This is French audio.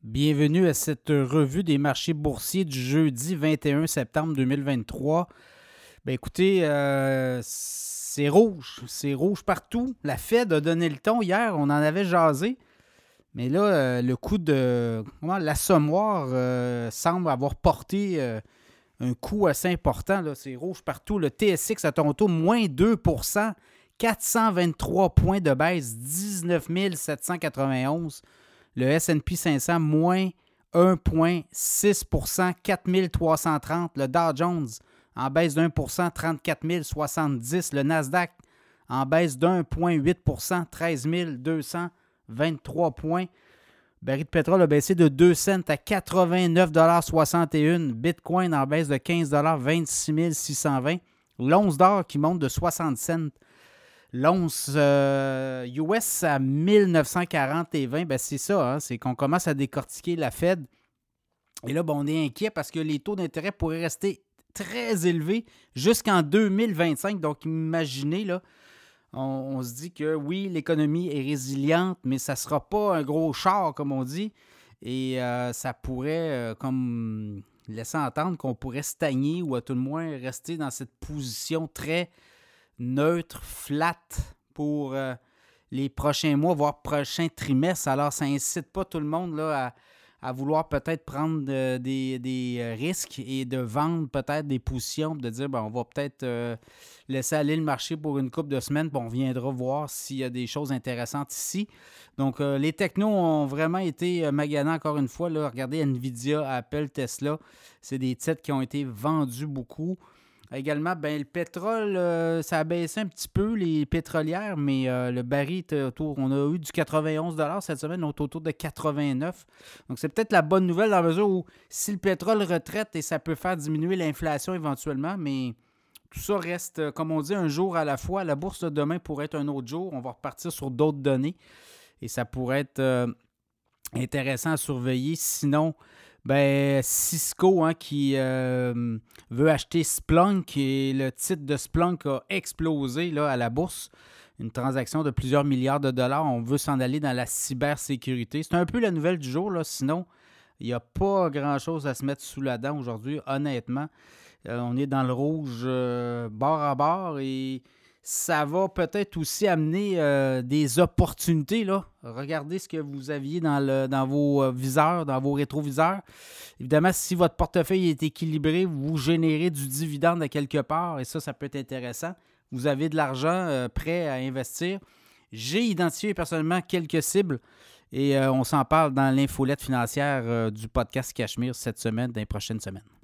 Bienvenue à cette revue des marchés boursiers du jeudi 21 septembre 2023. Écoutez, c'est rouge partout. La Fed a donné le ton hier, on en avait jasé. Mais là, le coup de l'assommoir semble avoir porté un coup assez important. Là. C'est rouge partout. Le TSX à Toronto, moins 2 423 points de baisse, 19 791. Le S&P 500, moins 1,6 4 330. Le Dow Jones, en baisse d'1 34 070. Le Nasdaq, en baisse d'1,8 13 223 points. Le baril de pétrole a baissé de 2 cents à 89,61 $. Bitcoin en baisse de 15 $, 26 620. L'once d'or qui monte de 60 cents. L'once US à 1940,20, c'est ça, hein, c'est qu'on commence à décortiquer la Fed. Et là, on est inquiet parce que les taux d'intérêt pourraient rester très élevés jusqu'en 2025. Donc, imaginez, là, on se dit que oui, l'économie est résiliente, mais ça ne sera pas un gros char, comme on dit. Et ça pourrait, comme laisser entendre qu'on pourrait stagner ou à tout le moins rester dans cette position très neutre, flat pour les prochains mois, voire prochains trimestres. Alors, ça n'incite pas tout le monde là, à vouloir peut-être prendre des risques et de vendre peut-être des positions, de dire on va peut-être laisser aller le marché pour une couple de semaines, puis on viendra voir s'il y a des choses intéressantes ici. Donc, les technos ont vraiment été maganés encore une fois. Là. Regardez Nvidia, Apple, Tesla, c'est des titres qui ont été vendus beaucoup. Également, le pétrole, ça a baissé un petit peu, les pétrolières, mais le baril était autour, on a eu du 91 $ cette semaine, on est autour de 89. Donc, c'est peut-être la bonne nouvelle dans la mesure où si le pétrole retraite et ça peut faire diminuer l'inflation éventuellement, mais tout ça reste, comme on dit, un jour à la fois. La bourse de demain pourrait être un autre jour. On va repartir sur d'autres données et ça pourrait être intéressant à surveiller. Sinon, Cisco qui veut acheter Splunk et le titre de Splunk a explosé là, à la bourse. Une transaction de plusieurs milliards de dollars. On veut s'en aller dans la cybersécurité. C'est un peu la nouvelle du jour. Là. Sinon, il n'y a pas grand-chose à se mettre sous la dent aujourd'hui, honnêtement. On est dans le rouge bord à bord et ça va peut-être aussi amener des opportunités. Là. Regardez ce que vous aviez dans vos viseurs, dans vos rétroviseurs. Évidemment, si votre portefeuille est équilibré, vous générez du dividende à quelque part et ça peut être intéressant. Vous avez de l'argent prêt à investir. J'ai identifié personnellement quelques cibles et on s'en parle dans l'infolette financière du podcast Cachemire cette semaine, dans les prochaines semaines.